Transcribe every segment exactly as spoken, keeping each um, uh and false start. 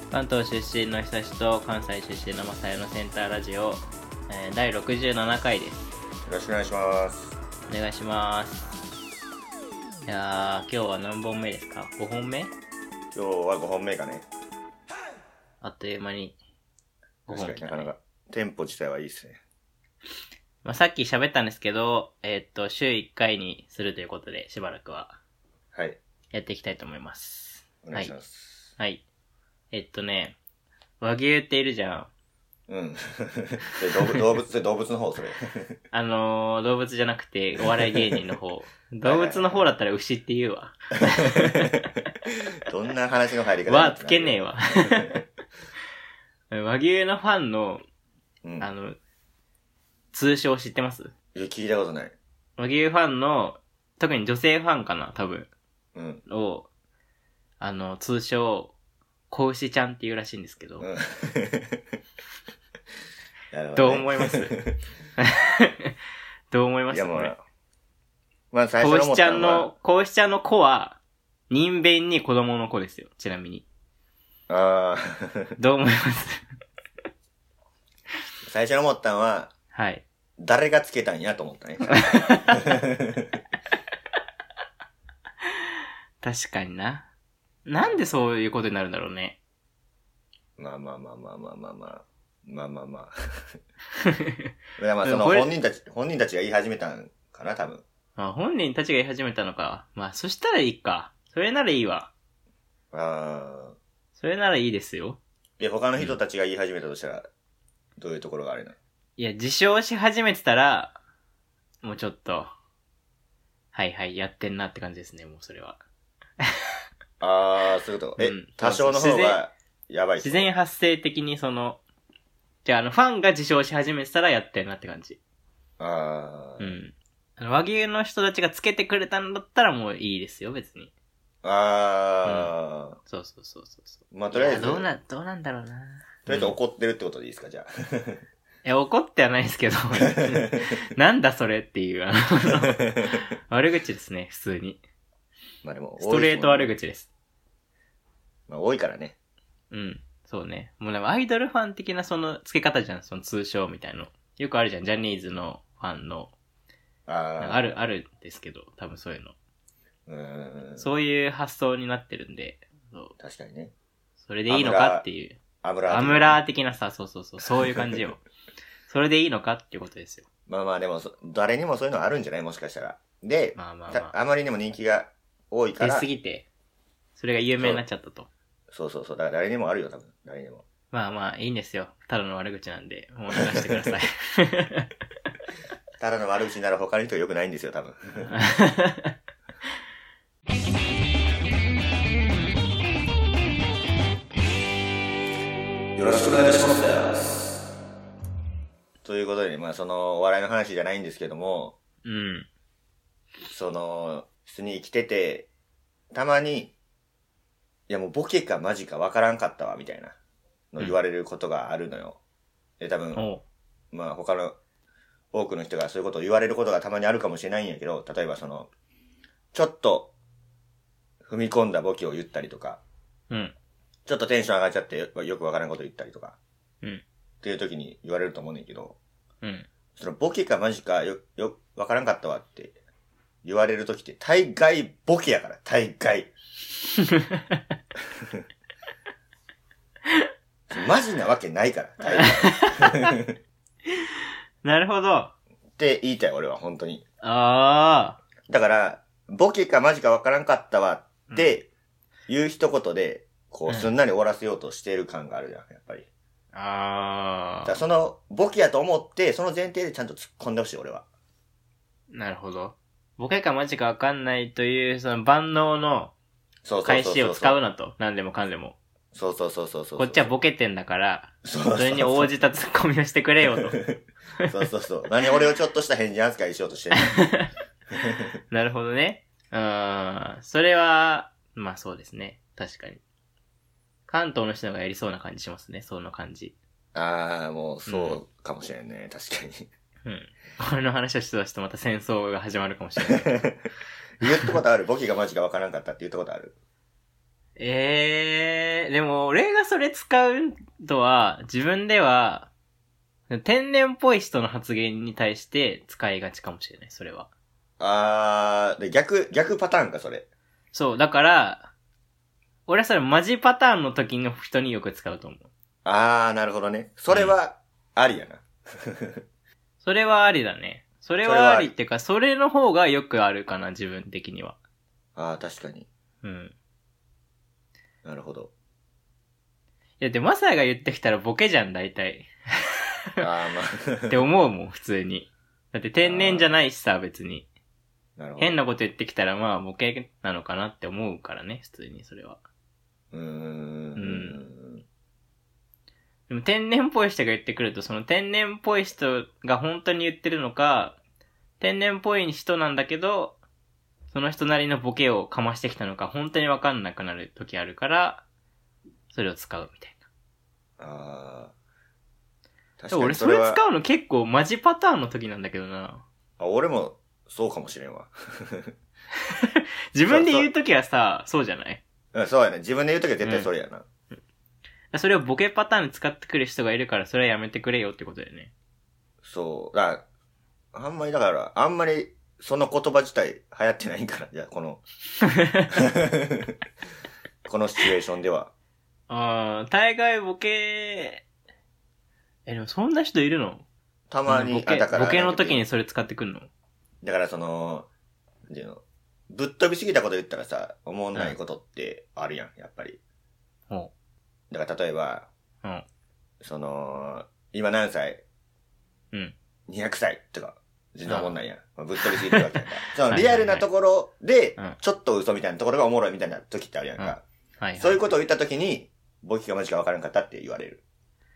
関東出身の久しと関西出身のマサヤのセンターラジオ、えー、だいろくじゅうななかいです。 よろしくお願いします。 お願いします。いやー、今日は何本目ですか？ごほんめ？ 今日はごほんめかね。 あっという間にごほん来たね。 確かになかなかテンポ自体はいいですね。 まあ、さっき喋ったんですけど、えー、っと週いっかいにするということでしばらくははいやっていきたいと思います。 お願いします。 はい、はい、えっとね和牛っているじゃん。 うん動物動物動物の方それあのー、動物じゃなくてお笑い芸人の方動物の方だったら牛って言うわどんな話の入り方わつけねえわ和牛のファンの、 うん、 あの通称知ってます？ いや聞いたことない。 和牛ファンの特に女性ファンかな多分、 うん、 をあの通称子牛ちゃんっていうらしいんですけど、うんなるほどね、 どう思いますどう思います？ いやもうこれまあ最初の思ったのは子牛ちゃんの子は人弁に子供の子ですよ、ちなみに。 あどう思います最初の思ったのは、 はい、 誰がつけたんやと思ったね確かにな。なんでそういうことになるんだろうね。 まあまあまあまあまあまあまあまあまあまあいやまあその本人たち本人たちが言い始めたんかな多分。 まあ本人たちが言い始めたのか。まあそしたらいいか。それならいいわ。 ああ。 それならいいですよ。 いや他の人たちが言い始めたとしたら、うん、どういうところがあれなの？ いや自称し始めてたらもうちょっとはいはいやってんなって感じですね、もうそれは。 ああそういうこと。え、うん、多少の方がやばい。 自然発生的にそのじゃああのファンが自称し始めてたらやってんなって感じ。 ああ。 うん。あの和牛の人たちがつけてくれたんだったらもういいですよ別に。 ああ、うん、 そうそうそうそうそう。 まあとりあえずどうなどうなんだろうな。 とりあえず怒ってるってことでいいですか、うん、じゃあ。 いや怒ってはないですけどなんだそれっていうあの悪口ですね普通に。 まあでもストレート悪口です。 まあ多いからね。 うん。そうね。もうなんかアイドルファン的なその付け方じゃん、その通称みたいなの。よくあるじゃん、ジャニーズのファンの。ああ。ある、あるんですけど、多分そういうの。 うーん。 そういう発想になってるんで。そう確かにね。 それでいいのかっていう。 アムラー。 アムラー的なさ、そうそうそう、そういう感じよ。それでいいのかっていうことですよ。 まあまあでも、誰にもそういうのあるんじゃない？もしかしたら。で、 まあまあまあ。 あまりにも人気が多いから。 出すぎて、それが有名になっちゃったと。 そうそうそう。だから誰にもあるよ、多分。誰にも。 まあまあ、いいんですよ。ただの悪口なんで、もう流してください。 ただの悪口になる他の人が良くないんですよ、多分。よろしくお願いします。ということで、まあその、お笑いの話じゃないんですけども、 うん。 その、普通に生きてて、たまに、いやもうボケかマジかわからんかったわ、みたいなの言われることがあるのよ。で、多分、まあ他の多くの人がそういうことを言われることがたまにあるかもしれないんやけど、例えばその、ちょっと踏み込んだボケを言ったりとか、 うん。 ちょっとテンション上がっちゃってよ、よくわからんこと言ったりとか、 うん。 っていう時に言われると思うねんけど、 うん。そのボケかマジかよ、よ、わからんかったわって言われる時って大概ボケやから、大概。マジなわけないから、大概。 なるほど。 って言いたい、俺は、本当に。 ああ。 だから、ボケかマジかわからんかったわって言う一言で、こう、すんなり終わらせようとしている感があるじゃん、やっぱり。 ああ。 だからその、ボケやと思って、その前提でちゃんと突っ込んでほしい、俺は。 なるほど。ボケかマジかわかんないという、その万能の返しを使うなと。何でもかんでも。 そうそうそうそうそう。 こっちはボケてんだから、それに応じたツッコミをしてくれよと。 そうそうそう。何俺をちょっとした変人扱いしようとしてるなるほどね。うーん。それは、まあそうですね。確かに。関東の人がやりそうな感じしますね。その感じ。 ああ、もうそうかもしれんね。うん、確かに。 うん。これの話をしてた人また戦争が始まるかもしれない。 言ったことある？ボケがマジかわからんかったって言ったことある？ えー、でも俺がそれ使うとは、自分では、天然っぽい人の発言に対して使いがちかもしれない、それは。 あー、で、逆、逆パターンか、それ。 そう、だから、俺はそれマジパターンの時の人によく使うと思う。 あー、なるほどね。それは、ありやな。 それはありだね。それはありっていうか、それの方がよくあるかな、自分的には。 あー、確かに。 うん。 なるほど。 いや、で、マサヤが言ってきたらボケじゃん、大体。 あー、まあ。って思うもん、普通に。だって天然じゃないしさ、別に。 なるほど。 変なこと言ってきたら、まあ、ボケなのかなって思うからね、普通に、それは。 うーん。うん。 でも天然っぽい人が言ってくると、その天然っぽい人が本当に言ってるのか、天然っぽい人なんだけど、その人なりのボケをかましてきたのか、本当にわかんなくなる時あるから、それを使うみたいな。ああ。確かにそれは。俺それ使うの結構マジパターンの時なんだけどな。 あ、俺もそうかもしれんわ。 自分で言う時はさ、そうじゃない？ うん、そうやね。自分で言う時は絶対それやな。 うん、それをボケパターンに使ってくる人がいるから、それはやめてくれよってことだよね。 そう。だから、あんまりだから、あんまり、その言葉自体流行ってないんかな。じゃあ、この、このシチュエーションでは。 ああ、大概ボケ、え、でもそんな人いるの？ たまに、 ボケ、あ、だからボケの時にそれ使ってくんの？ だからその、なんていうの、ぶっ飛びすぎたこと言ったらさ、思んないことってあるやん、やっぱり。 うん。 だから例えば、 うん。 その、今何歳？ うん。 にひゃくさいとか。全然思んないやん。ぶっ飛びすぎてるわけやんか。そのリアルなところで、ちょっと嘘みたいなところがおもろいみたいな時ってあるやんか。はいはい、そういうことを言った時に、ボケかマジか分からんかったって言われる。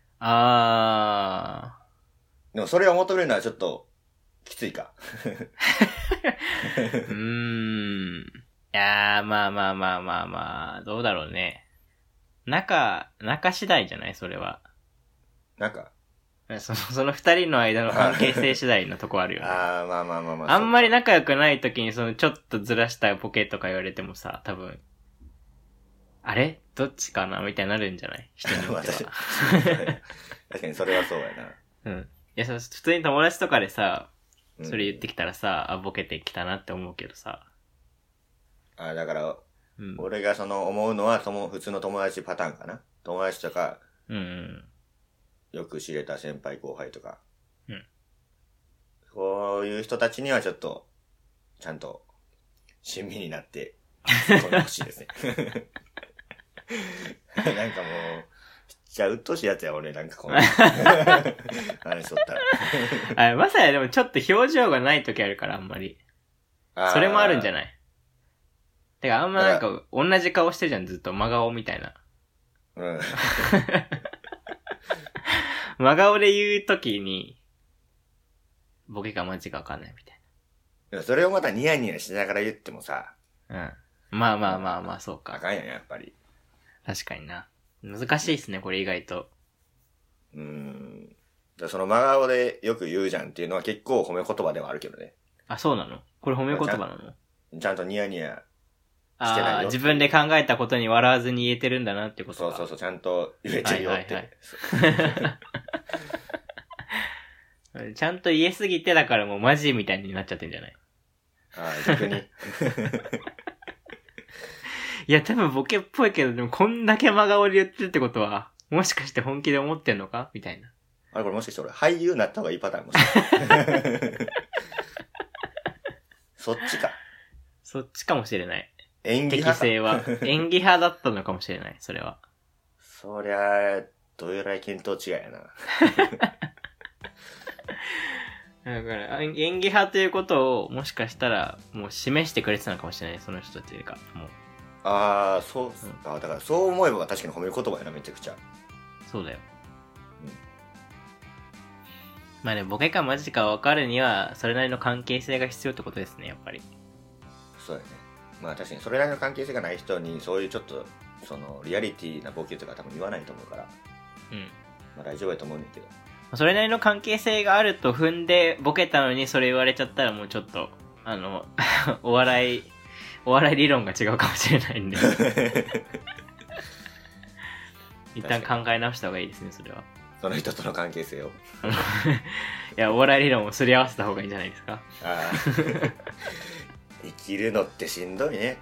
あー。でもそれを求めるのはちょっと、きついか。 うーん。いやー、まあまあまあまあまあ、どうだろうね。中、中次第じゃないそれは。 中その、その二人の間の関係性次第のとこあるよね。 ああ、まあまあまあまあ。 あんまり仲良くない時にそのちょっとずらしたボケとか言われてもさ、多分、あれどっちかなみたいになるんじゃない人によっては。 確かにそれはそうやな。うん。いや、普通に友達とかでさ、それ言ってきたらさ、うん、あ、ボケてきたなって思うけどさ。 ああ、だから、うん、俺がその思うのは、その普通の友達パターンかな。友達とか、 うん、うん。 よく知れた先輩後輩とか。 うん。 こういう人たちにはちょっと、ちゃんと、親身になって、突っ込んでほしいですね。なんかもう、めっちゃうっとうしいやつや、俺、なんかこの、話しとったら。あ、まさやでもちょっと表情がない時あるから、あんまり。それもあるんじゃない？てか、あんまなんか、同じ顔してるじゃん、ずっと真顔みたいな。 うん。 真顔で言うときに、ボケかマジかわかんないみたいな。いや、それをまたニヤニヤしながら言ってもさ。 うん。まあまあまあまあ、そうか。 あかんやん、やっぱり。 確かにな。難しいっすね、これ意外と。 うーん。だその真顔でよく言うじゃんっていうのは結構褒め言葉ではあるけどね。 あ、そうなの？これ褒め言葉なの？ ちゃんとニヤニヤしてないよ。あ、自分で考えたことに笑わずに言えてるんだなってことか。 そうそうそう、ちゃんと言えてるよって。はいはいはい、ちゃんと言えすぎてだからもうマジみたいになっちゃってんじゃない？ ああ、逆に。 いや、多分ボケっぽいけど、でもこんだけ真顔で言ってるってことは、もしかして本気で思ってんのかみたいな。 あれこれもしかして俺俳優になった方がいいパターンもしれない。そっちか。 そっちかもしれない。 演技派適性は。演技派だったのかもしれない、それは。 そりゃ、どえらい見当違いやな。 だから、演技派ということを、もしかしたら、もう示してくれてたのかもしれない、その人たちが。もう。 ああ、そう、うん、あだからそう思えば確かに褒める言葉やな、めちゃくちゃ。 そうだよ。うん。まあね、ボケかマジか分かるには、それなりの関係性が必要ってことですね、やっぱり。 そうやね。まあ確かにそれなりの関係性がない人に、そういうちょっと、その、リアリティなボケとか多分言わないと思うから。うん。まあ大丈夫やと思うんだけど。 それなりの関係性があると踏んでボケたのにそれ言われちゃったらもうちょっと、あの、お笑い、 お笑い理論が違うかもしれないんで一旦考え直した方がいいですね、それは。 その人との関係性を。 いや、お笑い理論をすり合わせた方がいいんじゃないですか。 ああ。生きるのってしんどいね。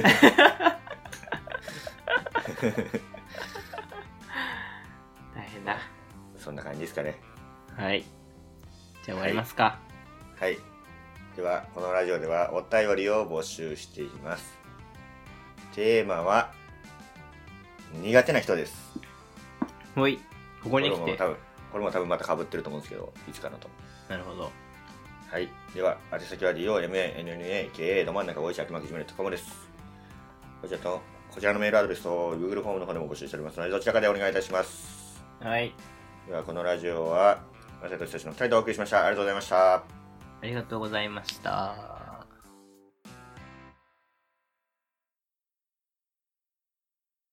大変だ。 そんな感じですかね。 はい。じゃあ終わりますか。 はい。はい、では、このラジオではお便りを募集しています。テーマは、苦手な人です。 ほい。ここに来て。 これも多分、これも多分また被ってると思うんですけど、いつかなと。 なるほど。 はい。では、宛先は ディーオーエムエーエヌエヌエーケーエー ど真ん中ごいち アットマークジメルドットコムです。こちらと、こちらのメールアドレスと Google フォームの方でも募集しておりますので、どちらかでお願いいたします。 はい。 では、このラジオは、まさとしとしのふたりでお送りしました。ありがとうございました。 ありがとうございました。